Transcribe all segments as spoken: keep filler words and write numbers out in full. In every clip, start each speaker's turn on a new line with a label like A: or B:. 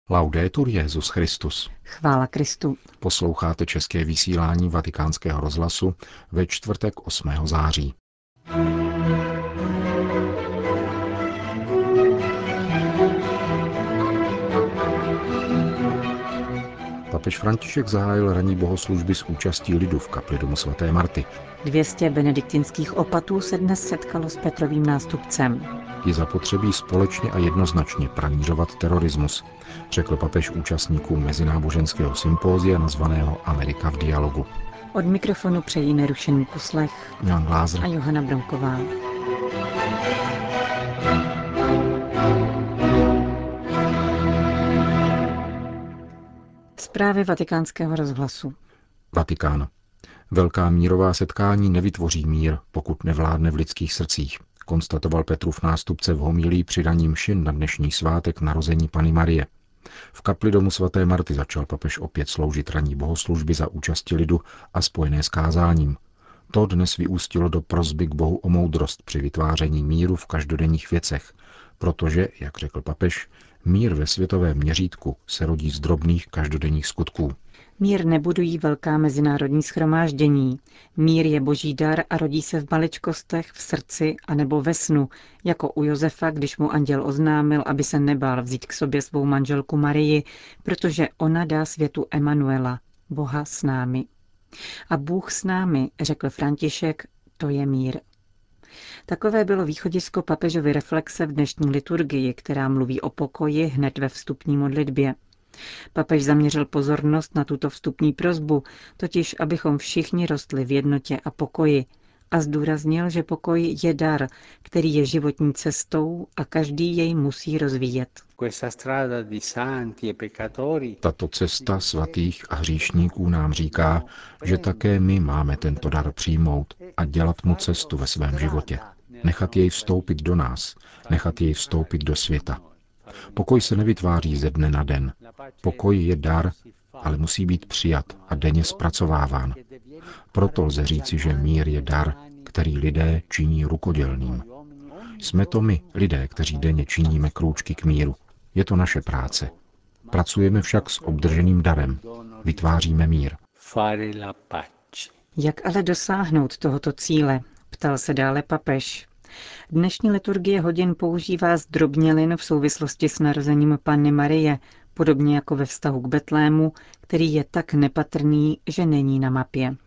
A: Laudetur Jesus Christus.
B: Chvála Kristu.
A: Posloucháte české vysílání Vatikánského rozhlasu ve čtvrtek osmého září. Papež František zahájil ranní bohoslužby s účastí lidu v kapli domu svaté Marty.
B: dvě stě benediktinských opatů se dnes setkalo s Petrovým nástupcem.
A: Je zapotřebí společně a jednoznačně pranířovat terorismus, řekl papež účastníkům mezináboženského sympózia nazvaného Amerika v dialogu.
B: Od mikrofonu přejí nerušený poslech
A: Jan Glázer
B: a Johana Bronková. Zprávy Vatikánského rozhlasu.
A: Vatikán. Velká mírová setkání nevytvoří mír, pokud nevládne v lidských srdcích, konstatoval Petrův nástupce v homilii při raní mši na dnešní svátek narození Panny Marie. V kapli domu svaté Marty začal papež opět sloužit ranní bohoslužby za účasti lidu a spojené s kázáním. To dnes vyústilo do prosby k Bohu o moudrost při vytváření míru v každodenních věcech, protože, jak řekl papež, mír ve světovém měřítku se rodí z drobných každodenních skutků.
B: Mír nebudují velká mezinárodní shromáždění. Mír je boží dar a rodí se v maličkostech, v srdci anebo ve snu, jako u Josefa, když mu anděl oznámil, aby se nebál vzít k sobě svou manželku Marii, protože ona dá světu Emanuela, Boha s námi. A Bůh s námi, řekl František, to je mír. Takové bylo východisko papežovy reflexe v dnešní liturgii, která mluví o pokoji hned ve vstupní modlitbě. Papež zaměřil pozornost na tuto vstupní prosbu, totiž abychom všichni rostli v jednotě a pokoji, a zdůraznil, že pokoj je dar, který je životní cestou a každý jej musí rozvíjet.
A: Tato cesta svatých a hříšníků nám říká, že také my máme tento dar přijmout a dělat mu cestu ve svém životě. Nechat jej vstoupit do nás, nechat jej vstoupit do světa. Pokoj se nevytváří ze dne na den. Pokoj je dar, ale musí být přijat a denně zpracováván. Proto lze říci, že mír je dar, který lidé činí rukodělným. Jsme to my, lidé, kteří denně činíme krůčky k míru. Je to naše práce. Pracujeme však s obdrženým darem. Vytváříme mír.
B: Jak ale dosáhnout tohoto cíle? Ptal se dále papež. Dnešní liturgie hodin používá zdrobnělin v souvislosti s narozením Panny Marie, podobně jako ve vztahu k Betlému, který je tak nepatrný, že není na mapě.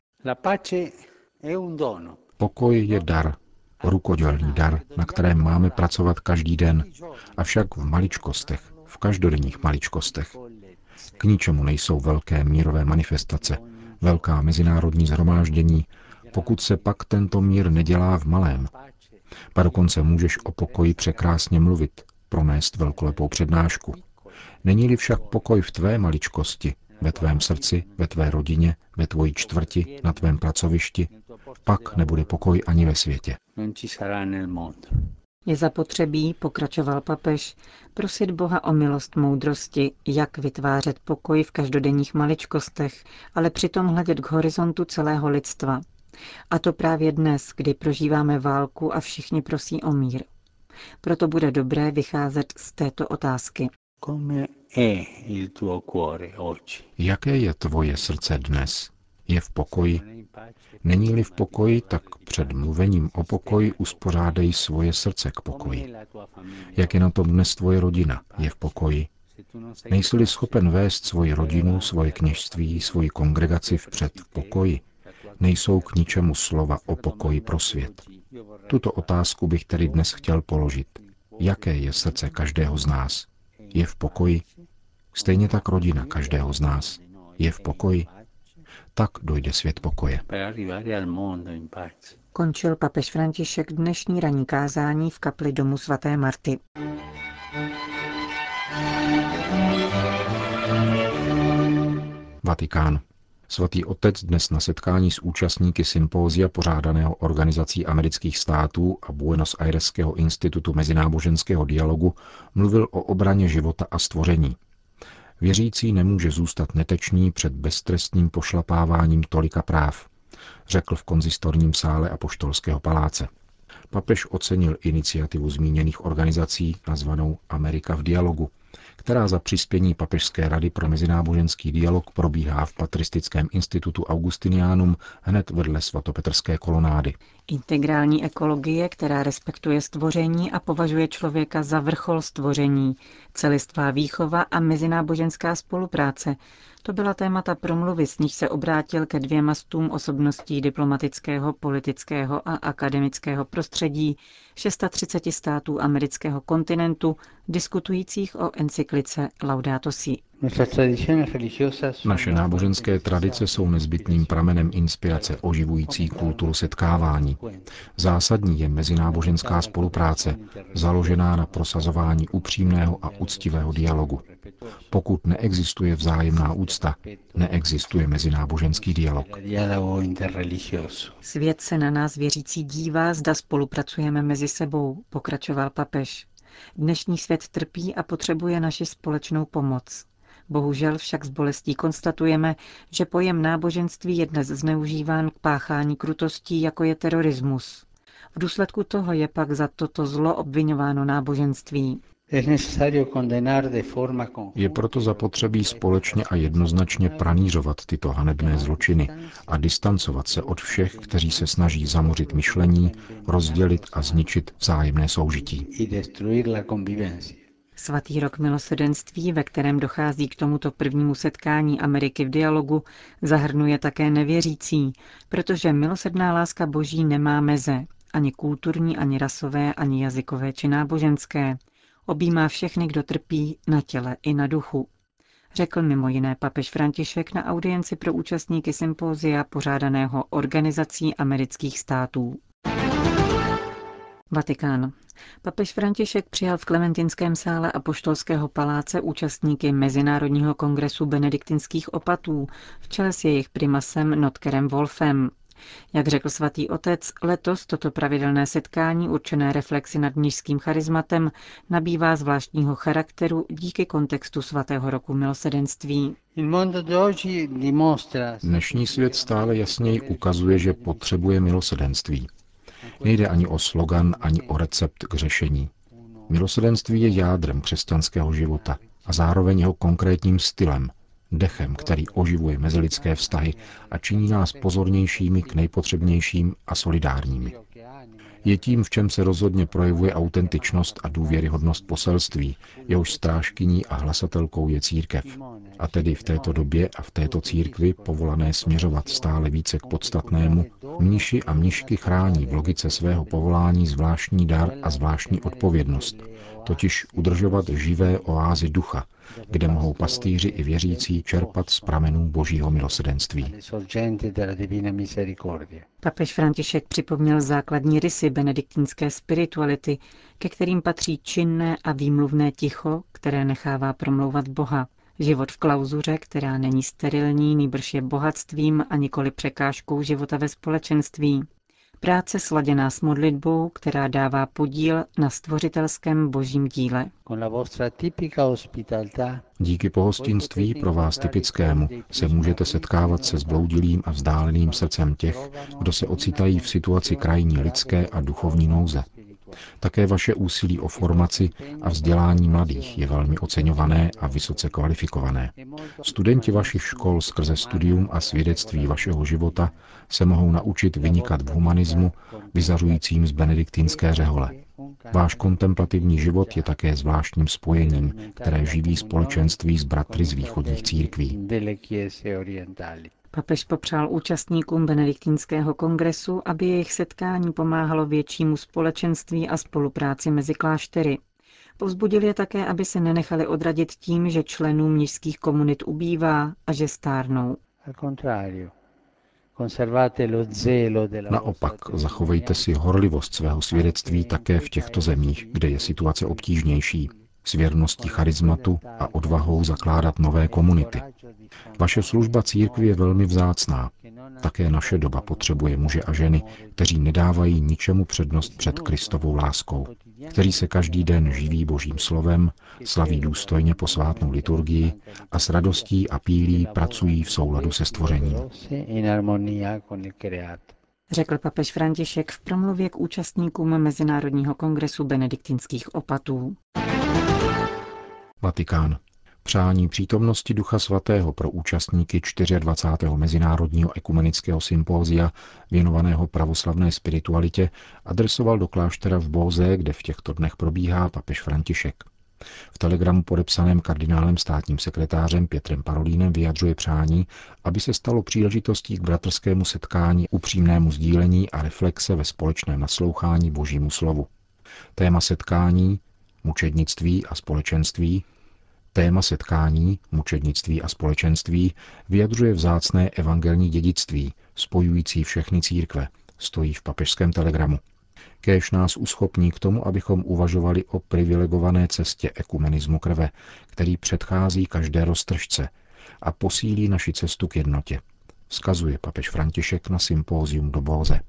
A: Pokoj je dar, rukodělný dar, na kterém máme pracovat každý den, avšak v maličkostech, v každodenních maličkostech. K ničemu nejsou velké mírové manifestace, velká mezinárodní shromáždění, pokud se pak tento mír nedělá v malém. Pa dokonce můžeš o pokoji překrásně mluvit, pronést velkolepou přednášku. Není-li však pokoj v tvé maličkosti, ve tvém srdci, ve tvé rodině, ve tvojí čtvrti, na tvém pracovišti, pak nebude pokoj ani ve světě.
B: Je zapotřebí, pokračoval papež, prosit Boha o milost moudrosti, jak vytvářet pokoj v každodenních maličkostech, ale přitom hledět k horizontu celého lidstva. A to právě dnes, kdy prožíváme válku a všichni prosí o mír. Proto bude dobré vycházet z této otázky.
A: Jaké je tvoje srdce dnes? Je v pokoji? Není-li v pokoji, tak před mluvením o pokoji uspořádej svoje srdce k pokoji. Jak je na tom dnes tvoje rodina? Je v pokoji? Nejsi-li schopen vést svoji rodinu, svoje kněžství, svoji kongregaci vpřed v pokoji? Nejsou k ničemu slova o pokoji pro svět. Tuto otázku bych tedy dnes chtěl položit. Jaké je srdce každého z nás? Je v pokoji? Stejně tak rodina každého z nás. Je v pokoji? Tak dojde svět pokoje.
B: Končil papež František dnešní ranní kázání v kapli domu svaté Marty.
A: Vatikán. Svatý otec dnes na setkání s účastníky sympózia pořádaného Organizací amerických států a Buenos Aireského institutu mezináboženského dialogu mluvil o obraně života a stvoření. Věřící nemůže zůstat netečný před beztrestným pošlapáváním tolika práv, řekl v konzistorním sále Apoštolského paláce. Papež ocenil iniciativu zmíněných organizací nazvanou Amerika v dialogu, která za přispění Papežské rady pro mezináboženský dialog probíhá v Patristickém institutu Augustinianum hned vedle svatopetrské kolonády.
B: Integrální ekologie, která respektuje stvoření a považuje člověka za vrchol stvoření, celistvá výchova a mezináboženská spolupráce. To byla témata promluvy, s níž se obrátil ke dvěma stům osobností diplomatického, politického a akademického prostředí třicet šest států amerického kontinentu, diskutujících o encyklice Laudato Si.
A: Naše náboženské tradice jsou nezbytným pramenem inspirace oživující kulturu setkávání. Zásadní je mezináboženská spolupráce, založená na prosazování upřímného a uctivého dialogu. Pokud neexistuje vzájemná úcta, neexistuje mezináboženský dialog.
B: Svět se na nás věřící dívá, zda spolupracujeme mezi sebou, pokračoval papež. Dnešní svět trpí a potřebuje naši společnou pomoc. Bohužel však s bolestí konstatujeme, že pojem náboženství je dnes zneužíván k páchání krutostí, jako je terorismus. V důsledku toho je pak za toto zlo obviňováno náboženství.
A: Je proto zapotřebí společně a jednoznačně pranířovat tyto hanebné zločiny a distancovat se od všech, kteří se snaží zamořit myšlení, rozdělit a zničit vzájemné soužití.
B: Svatý rok milosrdenství, ve kterém dochází k tomuto prvnímu setkání Ameriky v dialogu, zahrnuje také nevěřící, protože milosrdná láska Boží nemá meze, ani kulturní, ani rasové, ani jazykové či náboženské. Objímá všechny, kdo trpí na těle i na duchu. Řekl mimo jiné papež František na audienci pro účastníky sympózia pořádaného Organizací amerických států. Vatikán. Papež František přijal v Klementinském sále Apoštolského paláce účastníky Mezinárodního kongresu benediktinských opatů v čele s jejich primasem Notkerem Wolfem. Jak řekl svatý otec, letos toto pravidelné setkání určené reflexi nad mnišským charizmatem nabývá zvláštního charakteru díky kontextu svatého roku milosrdenství.
A: Dnešní svět stále jasněji ukazuje, že potřebuje milosrdenství. Nejde ani o slogan, ani o recept k řešení. Milosrdenství je jádrem křesťanského života a zároveň jeho konkrétním stylem, dechem, který oživuje mezilidské vztahy a činí nás pozornějšími k nejpotřebnějším a solidárními. Je tím, v čem se rozhodně projevuje autentičnost a důvěryhodnost poselství, jehož strážkyní a hlasatelkou je církev. A tedy v této době a v této církvi, povolané směřovat stále více k podstatnému, mniši a mnišky chrání v logice svého povolání zvláštní dar a zvláštní odpovědnost, totiž udržovat živé oázy ducha, kde mohou pastýři i věřící čerpat z pramenů Božího milosrdenství.
B: Papež František připomněl základní rysy benediktinské spirituality, ke kterým patří činné a výmluvné ticho, které nechává promlouvat Boha. Život v klauzuře, která není sterilní, nýbrž je bohatstvím a nikoli překážkou života ve společenství. Práce sladěná s modlitbou, která dává podíl na stvořitelském božím díle.
A: Díky pohostinství pro vás typickému se můžete setkávat se zbloudilým a vzdáleným srdcem těch, kdo se ocitají v situaci krajní lidské a duchovní nouze. Také vaše úsilí o formaci a vzdělání mladých je velmi oceňované a vysoce kvalifikované. Studenti vašich škol skrze studium a svědectví vašeho života se mohou naučit vynikat v humanismu, vyzařujícím z benediktinské řehole. Váš kontemplativní život je také zvláštním spojením, které živí společenství s bratry z východních církví.
B: Papež popřál účastníkům benediktinského kongresu, aby jejich setkání pomáhalo většímu společenství a spolupráci mezi kláštery. Povzbudil je také, aby se nenechali odradit tím, že členů mnišských komunit ubývá a že stárnou.
A: Naopak, zachovejte si horlivost svého svědectví také v těchto zemích, kde je situace obtížnější, s věrností charizmatu a odvahou zakládat nové komunity. Vaše služba církvi je velmi vzácná. Také naše doba potřebuje muže a ženy, kteří nedávají ničemu přednost před Kristovou láskou, kteří se každý den živí Božím slovem, slaví důstojně posvátnou liturgii a s radostí a pílí pracují v souladu se stvořením.
B: Řekl papež František v promluvě k účastníkům Mezinárodního kongresu benediktinských opatů.
A: Vatikán. Přání přítomnosti Ducha Svatého pro účastníky dvacátého čtvrtého Mezinárodního ekumenického sympózia věnovaného pravoslavné spiritualitě adresoval do kláštera v Bóze, kde v těchto dnech probíhá papež František. V telegramu podepsaném kardinálem státním sekretářem Pietrem Parolínem vyjadřuje přání, aby se stalo příležitostí k bratrskému setkání, upřímnému sdílení a reflexe ve společném naslouchání Božímu slovu. Téma setkání, mučednictví a společenství, Téma setkání, mučednictví a společenství vyjadřuje vzácné evangelní dědictví, spojující všechny církve, stojí v papežském telegramu. Kéž nás uschopní k tomu, abychom uvažovali o privilegované cestě ekumenismu krve, který předchází každé roztržce a posílí naši cestu k jednotě, vzkazuje papež František na sympózium do Bóze.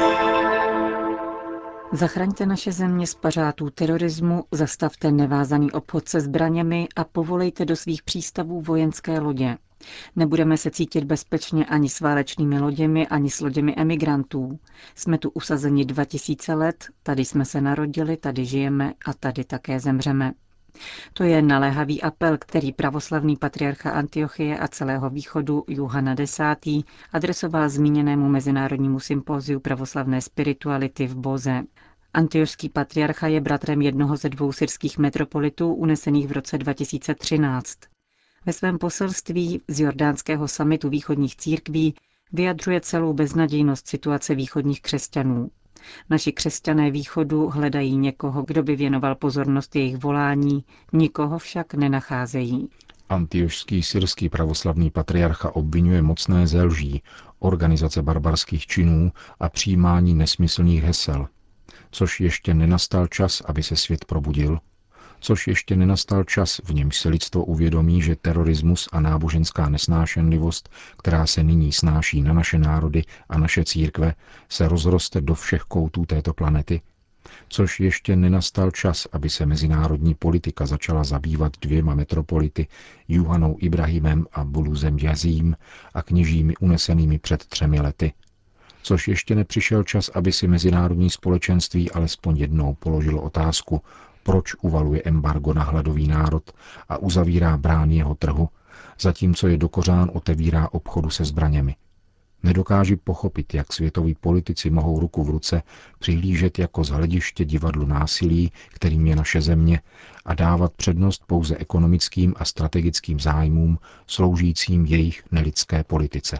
B: Zachraňte naše země z pařátů terorismu, zastavte nevázaný obchod se zbraněmi a povolejte do svých přístavů vojenské lodě. Nebudeme se cítit bezpečně ani s válečnými loděmi, ani s loděmi emigrantů. Jsme tu usazeni dva tisíce let, tady jsme se narodili, tady žijeme a tady také zemřeme. To je naléhavý apel, který pravoslavný patriarcha Antiochie a celého východu Johana Desátý adresoval zmíněnému mezinárodnímu sympóziu pravoslavné spirituality v Boze. Antiochský patriarcha je bratrem jednoho ze dvou syrských metropolitů unesených v roce dva tisíce třináct. Ve svém poselství z jordánského summitu východních církví vyjadřuje celou beznadějnost situace východních křesťanů. Naši křesťané východu hledají někoho, kdo by věnoval pozornost jejich volání, nikoho však nenacházejí.
A: Antiochský syrský pravoslavný patriarcha obvinuje mocné ze lží, organizace barbarských činů a přijímání nesmyslných hesel. Což ještě nenastal čas, aby se svět probudil? Což ještě nenastal čas, v němž se lidstvo uvědomí, že terorismus a náboženská nesnášenlivost, která se nyní snáší na naše národy a naše církve, se rozroste do všech koutů této planety? Což ještě nenastal čas, aby se mezinárodní politika začala zabývat dvěma metropolity, Juhanou Ibrahimem a Buluzem Jazím a kněžími unesenými před třemi lety? Což ještě nepřišel čas, aby si mezinárodní společenství alespoň jednou položilo otázku, proč uvaluje embargo na hladový národ a uzavírá brány jeho trhu, zatímco je dokořán otevírá obchodu se zbraněmi. Nedokáži pochopit, jak světoví politici mohou ruku v ruce přihlížet jako z hlediště divadlu násilí, kterým je naše země, a dávat přednost pouze ekonomickým a strategickým zájmům sloužícím jejich nelidské politice.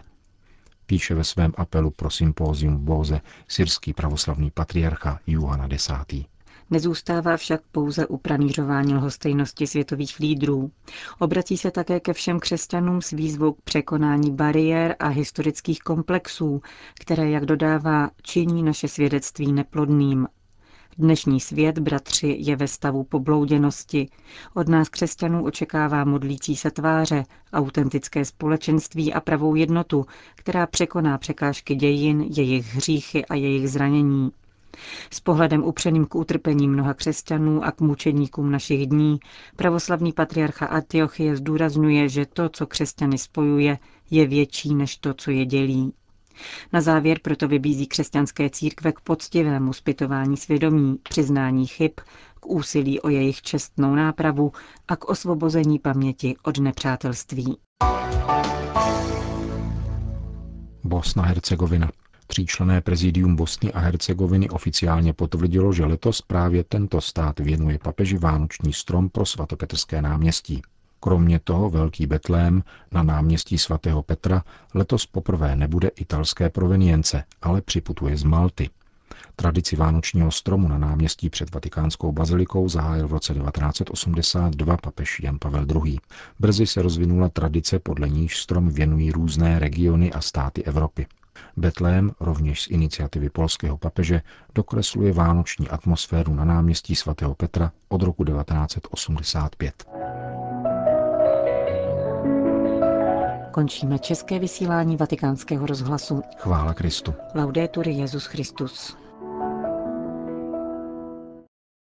A: Píše ve svém apelu pro sympózium v Bóze syrský pravoslavný patriarcha Johana Desátý.
B: Nezůstává však pouze u pranířování lhostejnosti světových lídrů. Obrací se také ke všem křesťanům s výzvou k překonání bariér a historických komplexů, které, jak dodává, činí naše svědectví neplodným. Dnešní svět, bratři, je ve stavu poblouděnosti. Od nás křesťanů očekává modlící se tváře, autentické společenství a pravou jednotu, která překoná překážky dějin, jejich hříchy a jejich zranění. S pohledem upřeným k utrpení mnoha křesťanů a k mučedníkům našich dní pravoslavný patriarcha Antiochie zdůrazňuje, že to, co křesťany spojuje, je větší než to, co je dělí. Na závěr proto vybízí křesťanské církve k poctivému zpytování svědomí, přiznání chyb, k úsilí o jejich čestnou nápravu a k osvobození paměti od nepřátelství.
A: Bosna Hercegovina. Tříčlenné prezidium Bosny a Hercegoviny oficiálně potvrdilo, že letos právě tento stát věnuje papeži vánoční strom pro svatopetrské náměstí. Kromě toho velký betlém na náměstí svatého Petra letos poprvé nebude italské provenience, ale připutuje z Malty. Tradici vánočního stromu na náměstí před Vatikánskou bazilikou zahájil v roce devatenáct set osmdesát dva papež Jan Pavel druhý. Brzy se rozvinula tradice, podle níž strom věnují různé regiony a státy Evropy. Betlém, rovněž z iniciativy polského papeže, dokresluje vánoční atmosféru na náměstí svatého Petra od roku devatenáct set osmdesát pět.
B: Končíme české vysílání Vatikánského rozhlasu.
A: Chvála Kristu.
B: Laudetur Jesus Christus.